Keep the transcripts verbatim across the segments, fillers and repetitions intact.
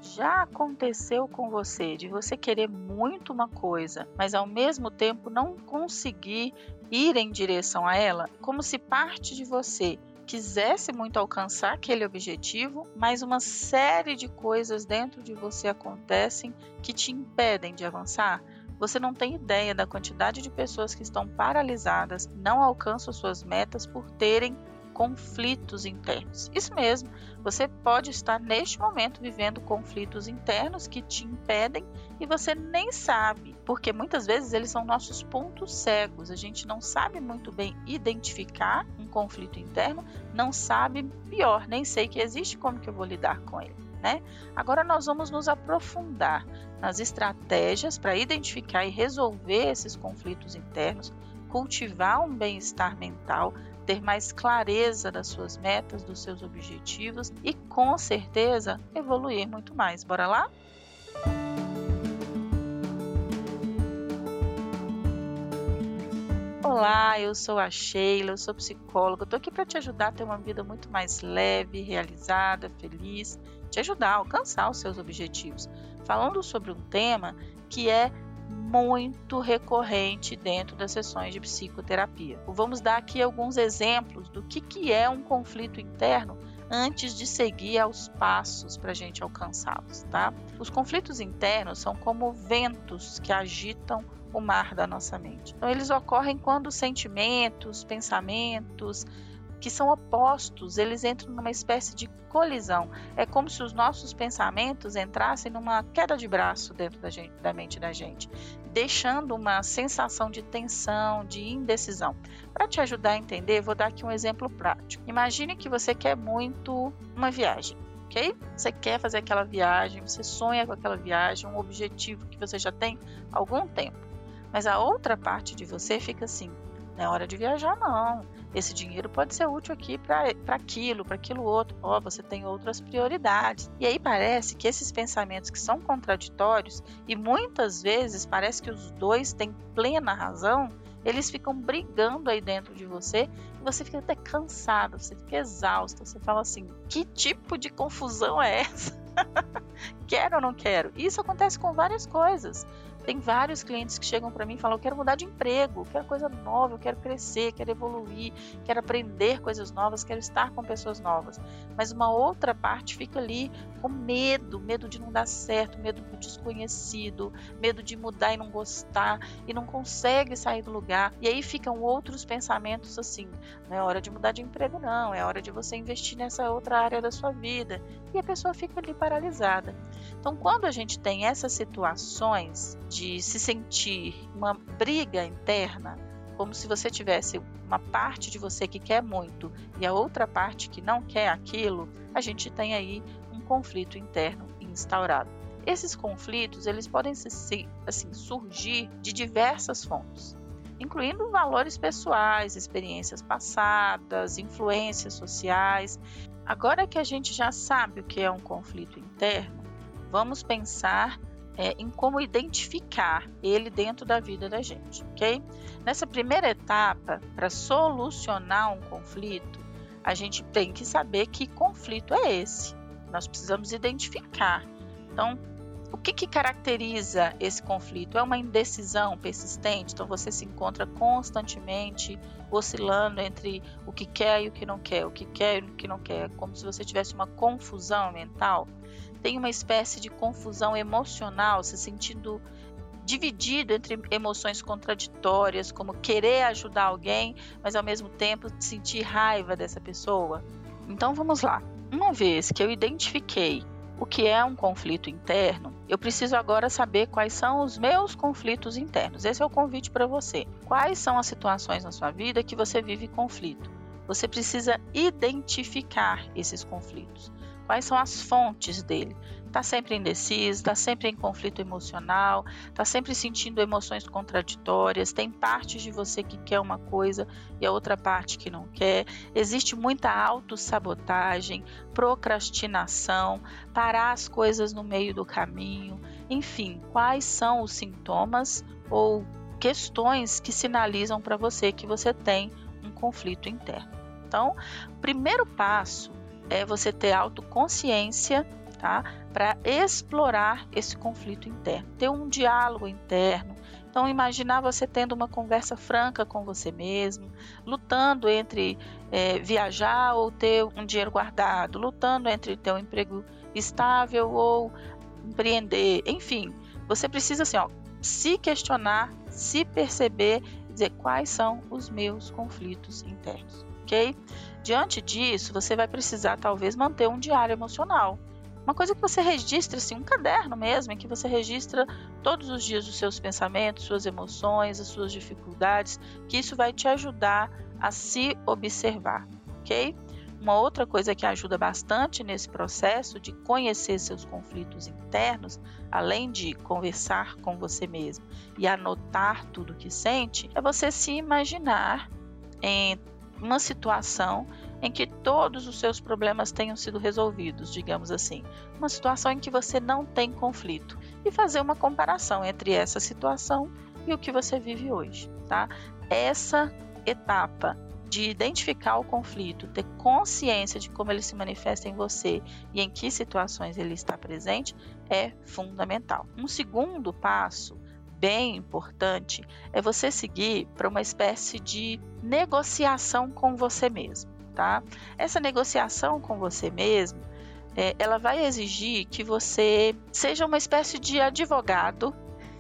Já aconteceu com você de você querer muito uma coisa, mas ao mesmo tempo não conseguir ir em direção a ela? Como se parte de você quisesse muito alcançar aquele objetivo, mas uma série de coisas dentro de você acontecem que te impedem de avançar? Você não tem ideia da quantidade de pessoas que estão paralisadas, não alcançam suas metas por terem conflitos internos. Isso mesmo, você pode estar neste momento vivendo conflitos internos que te impedem e você nem sabe, porque muitas vezes eles são nossos pontos cegos. A gente não sabe muito bem identificar um conflito interno, não sabe, pior, nem sei que existe, como que eu vou lidar com ele, né? Agora nós vamos nos aprofundar nas estratégias para identificar e resolver esses conflitos internos, cultivar um bem-estar mental, ter mais clareza das suas metas, dos seus objetivos e, com certeza, evoluir muito mais. Bora lá? Olá, eu sou a Sheila, eu sou psicóloga, estou aqui para te ajudar a ter uma vida muito mais leve, realizada, feliz, te ajudar a alcançar os seus objetivos. Falando sobre um tema que é muito recorrente dentro das sessões de psicoterapia. Vamos dar aqui alguns exemplos do que, que é um conflito interno antes de seguir aos passos para a gente alcançá-los, tá? Os conflitos internos são como ventos que agitam o mar da nossa mente. Então, eles ocorrem quando sentimentos, pensamentos que são opostos, eles entram numa espécie de colisão. É como se os nossos pensamentos entrassem numa queda de braço dentro da, gente, da mente da gente, deixando uma sensação de tensão, de indecisão. Para te ajudar a entender, vou dar aqui um exemplo prático. Imagine que você quer muito uma viagem, ok? Você quer fazer aquela viagem, você sonha com aquela viagem, um objetivo que você já tem há algum tempo. Mas a outra parte de você fica assim: não é hora de viajar, não. Esse dinheiro pode ser útil aqui para aquilo, para aquilo outro. Ó, oh, você tem outras prioridades. E aí parece que esses pensamentos que são contraditórios, e muitas vezes parece que os dois têm plena razão, eles ficam brigando aí dentro de você e você fica até cansado, você fica exausto. Você fala assim: que tipo de confusão é essa? Quero ou não quero? Isso acontece com várias coisas. Tem vários clientes que chegam para mim e falam: eu quero mudar de emprego, quero coisa nova, eu quero crescer, quero evoluir, quero aprender coisas novas, quero estar com pessoas novas. Mas uma outra parte fica ali com medo, medo de não dar certo, medo do desconhecido, medo de mudar e não gostar, e não consegue sair do lugar. E aí ficam outros pensamentos assim: não é hora de mudar de emprego, não, é hora de você investir nessa outra área da sua vida. E a pessoa fica ali paralisada. Então, quando a gente tem essas situações de se sentir uma briga interna, como se você tivesse uma parte de você que quer muito e a outra parte que não quer aquilo, a gente tem aí um conflito interno instaurado. Esses conflitos, eles podem se, assim, surgir de diversas fontes, incluindo valores pessoais, experiências passadas, influências sociais. Agora que a gente já sabe o que é um conflito interno, vamos pensar é, em como identificar ele dentro da vida da gente, ok? Nessa primeira etapa, para solucionar um conflito, a gente tem que saber que conflito é esse. Nós precisamos identificar. Então, o que, que caracteriza esse conflito? É uma indecisão persistente? Então, você se encontra constantemente oscilando entre o que quer e o que não quer, o que quer e o que não quer, como se você tivesse uma confusão mental. Tem uma espécie de confusão emocional, se sentindo dividido entre emoções contraditórias, como querer ajudar alguém, mas ao mesmo tempo sentir raiva dessa pessoa. Então vamos lá. Uma vez que eu identifiquei o que é um conflito interno, eu preciso agora saber quais são os meus conflitos internos. Esse é o convite para você. Quais são as situações na sua vida que você vive conflito? Você precisa identificar esses conflitos. Quais são as fontes dele? Está sempre indeciso, está sempre em conflito emocional, está sempre sentindo emoções contraditórias, tem partes de você que quer uma coisa e a outra parte que não quer. Existe muita autossabotagem, procrastinação, parar as coisas no meio do caminho. Enfim, quais são os sintomas ou questões que sinalizam para você que você tem um conflito interno? Então, o primeiro passo é você ter autoconsciência tá? Para explorar esse conflito interno, ter um diálogo interno. Então, imaginar você tendo uma conversa franca com você mesmo, lutando entre é, viajar ou ter um dinheiro guardado, lutando entre ter um emprego estável ou empreender, enfim. Você precisa assim, ó, se questionar, se perceber e dizer quais são os meus conflitos internos, ok? Diante disso, você vai precisar talvez manter um diário emocional. Uma coisa que você registra, assim, um caderno mesmo, em que você registra todos os dias os seus pensamentos, suas emoções, as suas dificuldades, que isso vai te ajudar a se observar, ok? Uma outra coisa que ajuda bastante nesse processo de conhecer seus conflitos internos, além de conversar com você mesmo e anotar tudo que sente, é você se imaginar em uma situação em que todos os seus problemas tenham sido resolvidos, digamos assim. Uma situação em que você não tem conflito. E fazer uma comparação entre essa situação e o que você vive hoje, tá? Essa etapa de identificar o conflito, ter consciência de como ele se manifesta em você e em que situações ele está presente, é fundamental. Um segundo passo bem importante é você seguir para uma espécie de negociação com você mesmo, tá? Essa negociação com você mesmo, é, ela vai exigir que você seja uma espécie de advogado.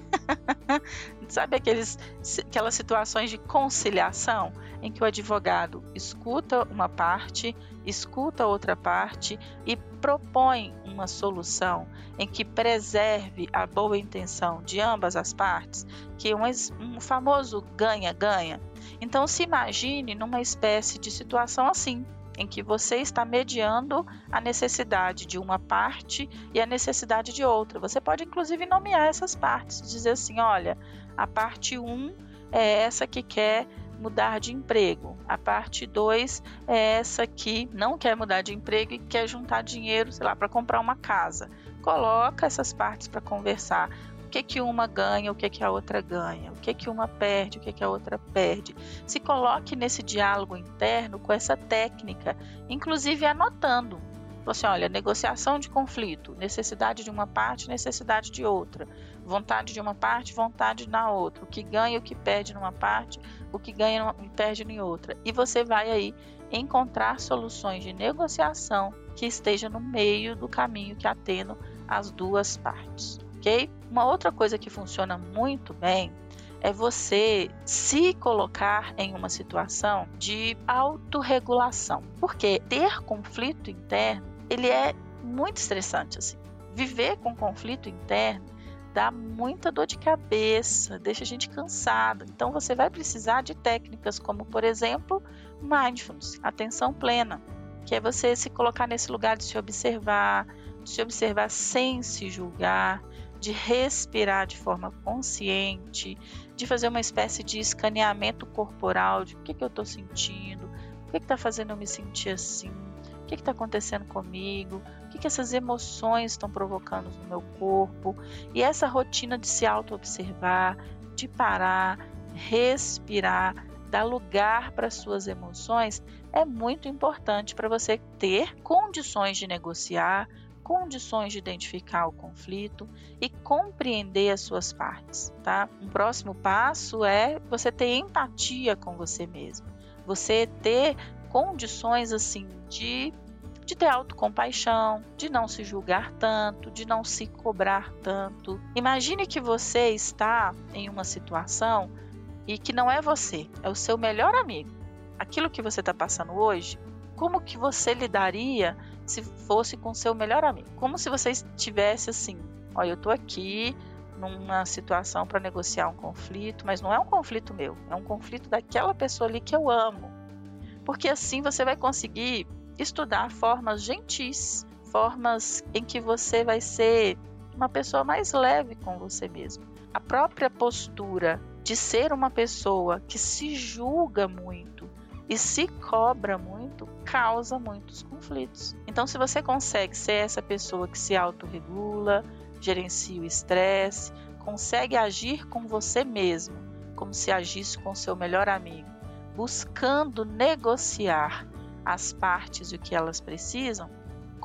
Sabe aqueles, aquelas situações de conciliação em que o advogado escuta uma parte, escuta outra parte e propõe uma solução em que preserve a boa intenção de ambas as partes, que é um, um famoso ganha-ganha. Então se imagine numa espécie de situação assim, em que você está mediando a necessidade de uma parte e a necessidade de outra. Você pode, inclusive, nomear essas partes, dizer assim, olha, a parte um é essa que quer mudar de emprego, a parte dois é essa que não quer mudar de emprego e quer juntar dinheiro, sei lá, para comprar uma casa. Coloca essas partes para conversar. O que que uma ganha, o que que a outra ganha, o que que uma perde, o que que a outra perde. Se coloque nesse diálogo interno com essa técnica, inclusive anotando. Assim, olha, negociação de conflito, necessidade de uma parte, necessidade de outra, vontade de uma parte, vontade na outra, o que ganha e o que perde numa parte, o que ganha e perde em outra. E você vai aí encontrar soluções de negociação que estejam no meio do caminho que atendam as duas partes. Okay? Uma outra coisa que funciona muito bem é você se colocar em uma situação de autorregulação. Porque ter conflito interno, ele é muito estressante, assim. Viver com conflito interno dá muita dor de cabeça, deixa a gente cansado. Então você vai precisar de técnicas como, por exemplo, mindfulness, atenção plena, que é você se colocar nesse lugar de se observar, de se observar sem se julgar, de respirar de forma consciente, de fazer uma espécie de escaneamento corporal de o que, que eu estou sentindo, o que está fazendo eu me sentir assim, o que está acontecendo comigo, o que, que essas emoções estão provocando no meu corpo. E essa rotina de se auto-observar, de parar, respirar, dar lugar para as suas emoções é muito importante para você ter condições de negociar, condições de identificar o conflito e compreender as suas partes, tá? Um próximo passo é você ter empatia com você mesmo, você ter condições assim de, de ter autocompaixão, de não se julgar tanto, de não se cobrar tanto. Imagine que você está em uma situação e que não é você, é o seu melhor amigo. Aquilo que você está passando hoje, como que você lidaria se fosse com seu melhor amigo? Como se você estivesse assim, olha, eu estou aqui numa situação para negociar um conflito, mas não é um conflito meu, é um conflito daquela pessoa ali que eu amo. Porque assim você vai conseguir estudar formas gentis, formas em que você vai ser uma pessoa mais leve com você mesmo. A própria postura de ser uma pessoa que se julga muito e se cobra muito, causa muitos conflitos. Então, se você consegue ser essa pessoa que se autorregula, gerencia o estresse, consegue agir com você mesmo, como se agisse com seu melhor amigo, buscando negociar as partes e o que elas precisam,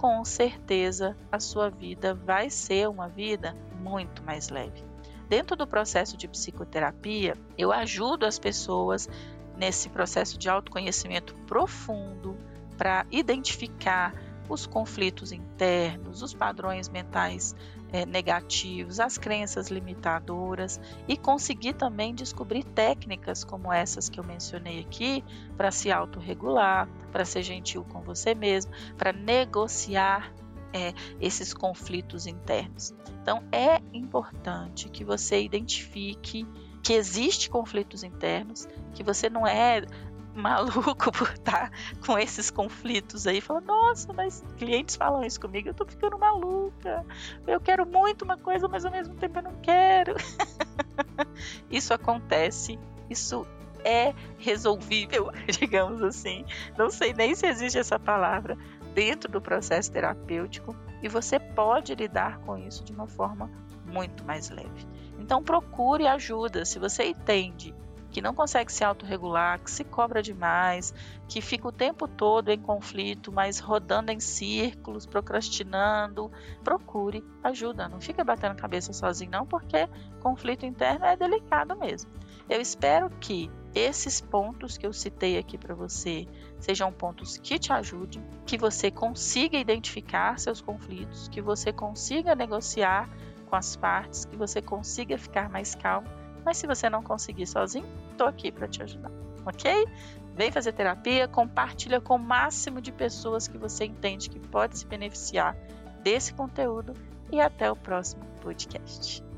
com certeza a sua vida vai ser uma vida muito mais leve. Dentro do processo de psicoterapia, eu ajudo as pessoas nesse processo de autoconhecimento profundo para identificar os conflitos internos, os padrões mentais é, negativos, as crenças limitadoras e conseguir também descobrir técnicas como essas que eu mencionei aqui para se autorregular, para ser gentil com você mesmo, para negociar É, esses conflitos internos. Então, é importante que você identifique que existe conflitos internos, que você não é maluco por estar com esses conflitos aí, falando, nossa, mas clientes falam isso comigo, eu tô ficando maluca, eu quero muito uma coisa, mas ao mesmo tempo eu não quero. Isso acontece, isso é resolvível, digamos assim, não sei nem se existe essa palavra, dentro do processo terapêutico, e você pode lidar com isso de uma forma muito mais leve. Então procure ajuda. Se você entende que não consegue se autorregular, que se cobra demais, que fica o tempo todo em conflito, mas rodando em círculos, procrastinando, procure ajuda. Não fica batendo cabeça sozinho não, porque conflito interno é delicado mesmo. Eu espero que esses pontos que eu citei aqui para você sejam pontos que te ajudem, que você consiga identificar seus conflitos, que você consiga negociar com as partes, que você consiga ficar mais calmo. Mas se você não conseguir sozinho, estou aqui para te ajudar, ok? Vem fazer terapia, compartilha com o máximo de pessoas que você entende que pode se beneficiar desse conteúdo e até o próximo podcast.